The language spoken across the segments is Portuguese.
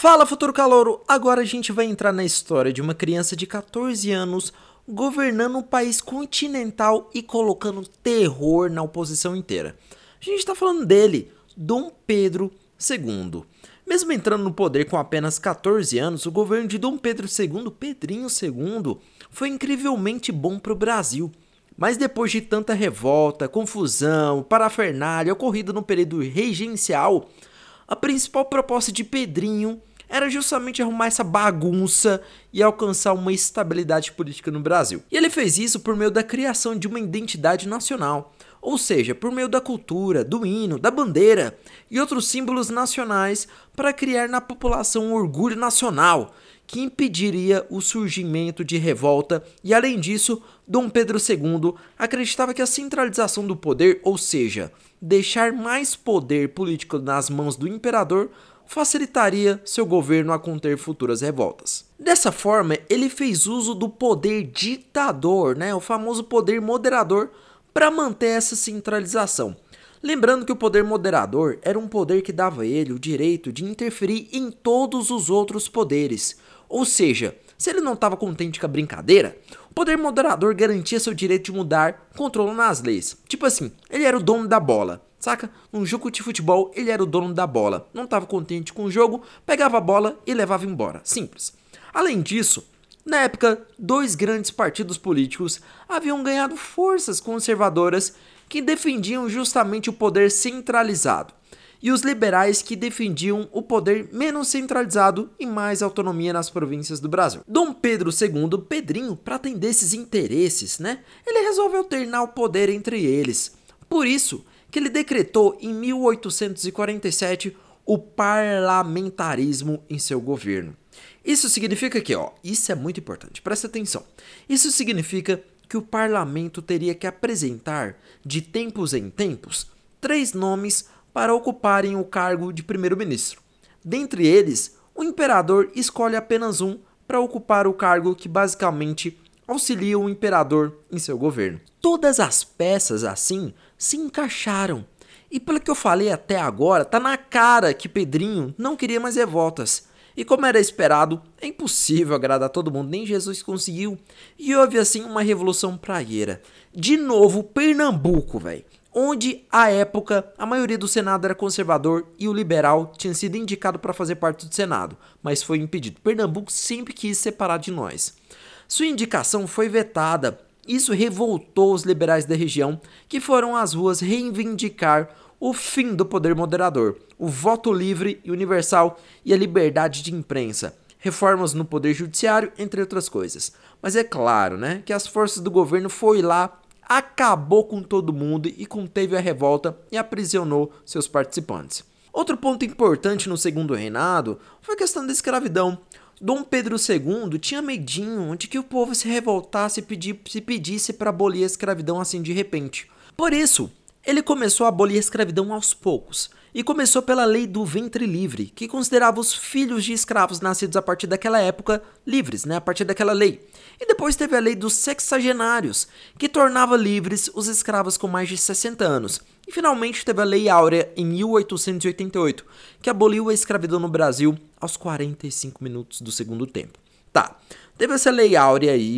Fala, futuro calouro! Agora a gente vai entrar na história de uma criança de 14 anos governando um país continental e colocando terror na oposição inteira. A gente tá falando dele, Dom Pedro II. Mesmo entrando no poder com apenas 14 anos, o governo de Dom Pedro II, Pedrinho II, foi incrivelmente bom para o Brasil. Mas depois de tanta revolta, confusão, parafernália ocorrida no período regencial, a principal proposta de Pedrinho era justamente arrumar essa bagunça e alcançar uma estabilidade política no Brasil. E ele fez isso por meio da criação de uma identidade nacional, ou seja, por meio da cultura, do hino, da bandeira e outros símbolos nacionais para criar na população um orgulho nacional que impediria o surgimento de revolta. E além disso, Dom Pedro II acreditava que a centralização do poder, ou seja, deixar mais poder político nas mãos do imperador, facilitaria seu governo a conter futuras revoltas. Dessa forma, ele fez uso do poder ditador, o famoso poder moderador, para manter essa centralização. Lembrando que o poder moderador era um poder que dava a ele o direito de interferir em todos os outros poderes. Ou seja, se ele não estava contente com a brincadeira, o poder moderador garantia seu direito de mudar controle nas leis. Tipo assim, ele era o dono da bola, saca? Num jogo de futebol, ele era o dono da bola. Não estava contente com o jogo, pegava a bola e levava embora. Simples. Além disso, na época, dois grandes partidos políticos haviam ganhado forças conservadoras que defendiam justamente o poder centralizado, e os liberais que defendiam o poder menos centralizado e mais autonomia nas províncias do Brasil. Dom Pedro II, Pedrinho, para atender esses interesses, ele resolveu alternar o poder entre eles. Por isso que ele decretou em 1847 o parlamentarismo em seu governo. Isso significa que, isso é muito importante, presta atenção. Isso significa que o parlamento teria que apresentar, de tempos em tempos, 3 nomes para ocuparem o cargo de primeiro-ministro. Dentre eles, o imperador escolhe apenas um para ocupar o cargo que basicamente auxilia o imperador em seu governo. Todas as peças, assim, se encaixaram. E pelo que eu falei até agora, tá na cara que Pedrinho não queria mais revoltas. E como era esperado, é impossível agradar todo mundo, nem Jesus conseguiu. E houve assim uma revolução praieira. De novo, Pernambuco, onde, à época, a maioria do Senado era conservador e o liberal tinha sido indicado para fazer parte do Senado, mas foi impedido. Pernambuco sempre quis separar de nós. Sua indicação foi vetada. Isso revoltou os liberais da região, que foram às ruas reivindicar o fim do poder moderador, o voto livre e universal e a liberdade de imprensa, reformas no poder judiciário, entre outras coisas. Mas é claro, que as forças do governo foi lá, acabou com todo mundo e conteve a revolta e aprisionou seus participantes. Outro ponto importante no segundo reinado foi a questão da escravidão. Dom Pedro II tinha medinho de que o povo se revoltasse e se pedisse para abolir a escravidão assim de repente. Por isso, ele começou a abolir a escravidão aos poucos, e começou pela lei do ventre livre, que considerava os filhos de escravos nascidos a partir daquela época livres, a partir daquela lei. E depois teve a lei dos sexagenários, que tornava livres os escravos com mais de 60 anos. E finalmente teve a Lei Áurea em 1888, que aboliu a escravidão no Brasil aos 45 minutos do segundo tempo. Tá, teve essa Lei Áurea aí em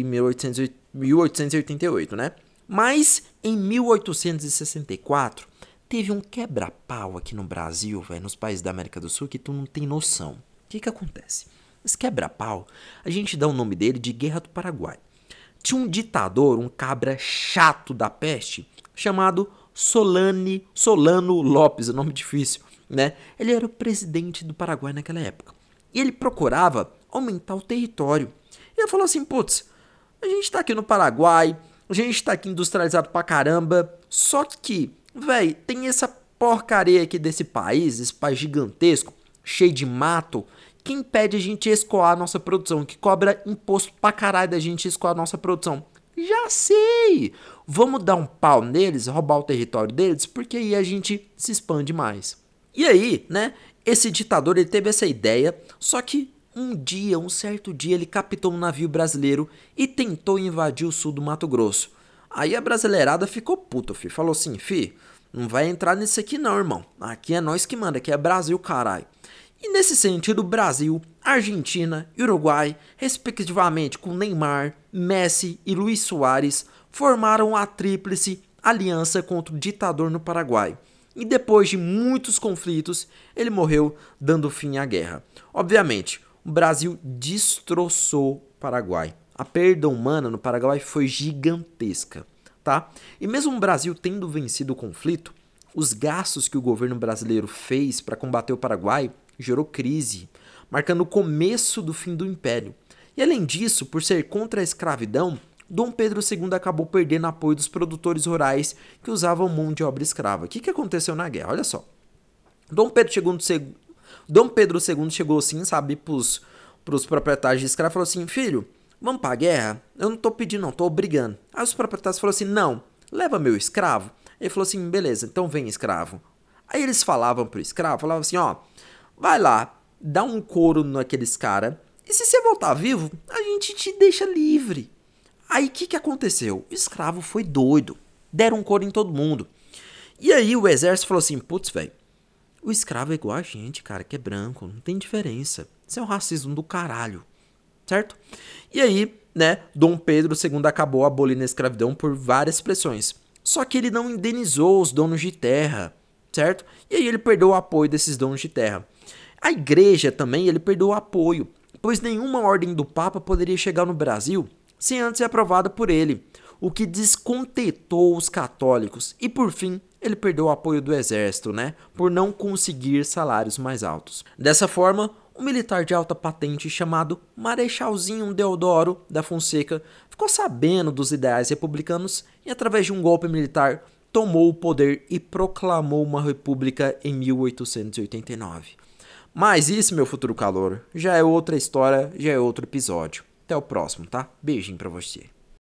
1888, Mas em 1864 teve um quebra-pau aqui no Brasil, nos países da América do Sul, que tu não tem noção. O que acontece? Esse quebra-pau, a gente dá o nome dele de Guerra do Paraguai. Tinha um ditador, um cabra chato da peste, chamado Solano Lopes, nome difícil, Ele era o presidente do Paraguai naquela época. E ele procurava aumentar o território. E ele falou assim, putz, a gente tá aqui no Paraguai, a gente tá aqui industrializado pra caramba, só que, tem essa porcaria aqui desse país, esse país gigantesco, cheio de mato, que impede a gente escoar a nossa produção, que cobra imposto pra caralho da gente escoar a nossa produção. Já sei! Vamos dar um pau neles, roubar o território deles, porque aí a gente se expande mais. E aí, esse ditador ele teve essa ideia, só que um certo dia, ele captou um navio brasileiro e tentou invadir o sul do Mato Grosso. Aí a brasileirada ficou puta, falou assim, não vai entrar nisso aqui não, irmão. Aqui é nós que manda, aqui é Brasil, caralho. E nesse sentido, Brasil, Argentina e Uruguai, respectivamente com Neymar, Messi e Luis Suárez, formaram a tríplice aliança contra o ditador no Paraguai. E depois de muitos conflitos, ele morreu dando fim à guerra. Obviamente, o Brasil destroçou o Paraguai. A perda humana no Paraguai foi gigantesca, tá? E mesmo o Brasil tendo vencido o conflito, os gastos que o governo brasileiro fez para combater o Paraguai gerou crise, marcando o começo do fim do Império. E além disso, por ser contra a escravidão, Dom Pedro II acabou perdendo apoio dos produtores rurais que usavam mão de obra escrava. O que aconteceu na guerra? Olha só. Dom Pedro II chegou assim, sabe, pros proprietários de escravos e falou assim: filho, vamos pra guerra? Eu não tô pedindo, não, tô obrigando. Aí os proprietários falaram assim: não, leva meu escravo. Ele falou assim: beleza, então vem, escravo. Aí eles falavam pro escravo, falavam assim: ó, vai lá, dá um couro naqueles caras, e se você voltar vivo, a gente te deixa livre. Aí o que aconteceu? O escravo foi doido, deram um couro em todo mundo. E aí o exército falou assim: putz, velho, o escravo é igual a gente, cara, que é branco, não tem diferença. Isso é um racismo do caralho, certo? E aí, né, Dom Pedro II acabou abolindo a escravidão por várias pressões. Só que ele não indenizou os donos de terra, certo? E aí ele perdeu o apoio desses donos de terra. A igreja também, ele perdeu o apoio, pois nenhuma ordem do Papa poderia chegar no Brasil sem antes ser aprovada por ele, o que descontentou os católicos. E por fim, ele perdeu o apoio do exército, né, por não conseguir salários mais altos. Dessa forma, um militar de alta patente chamado Marechalzinho Deodoro da Fonseca ficou sabendo dos ideais republicanos e, através de um golpe militar, tomou o poder e proclamou uma república em 1889. Mas isso, meu futuro calouro, já é outra história, já é outro episódio. Até o próximo, tá? Beijinho pra você.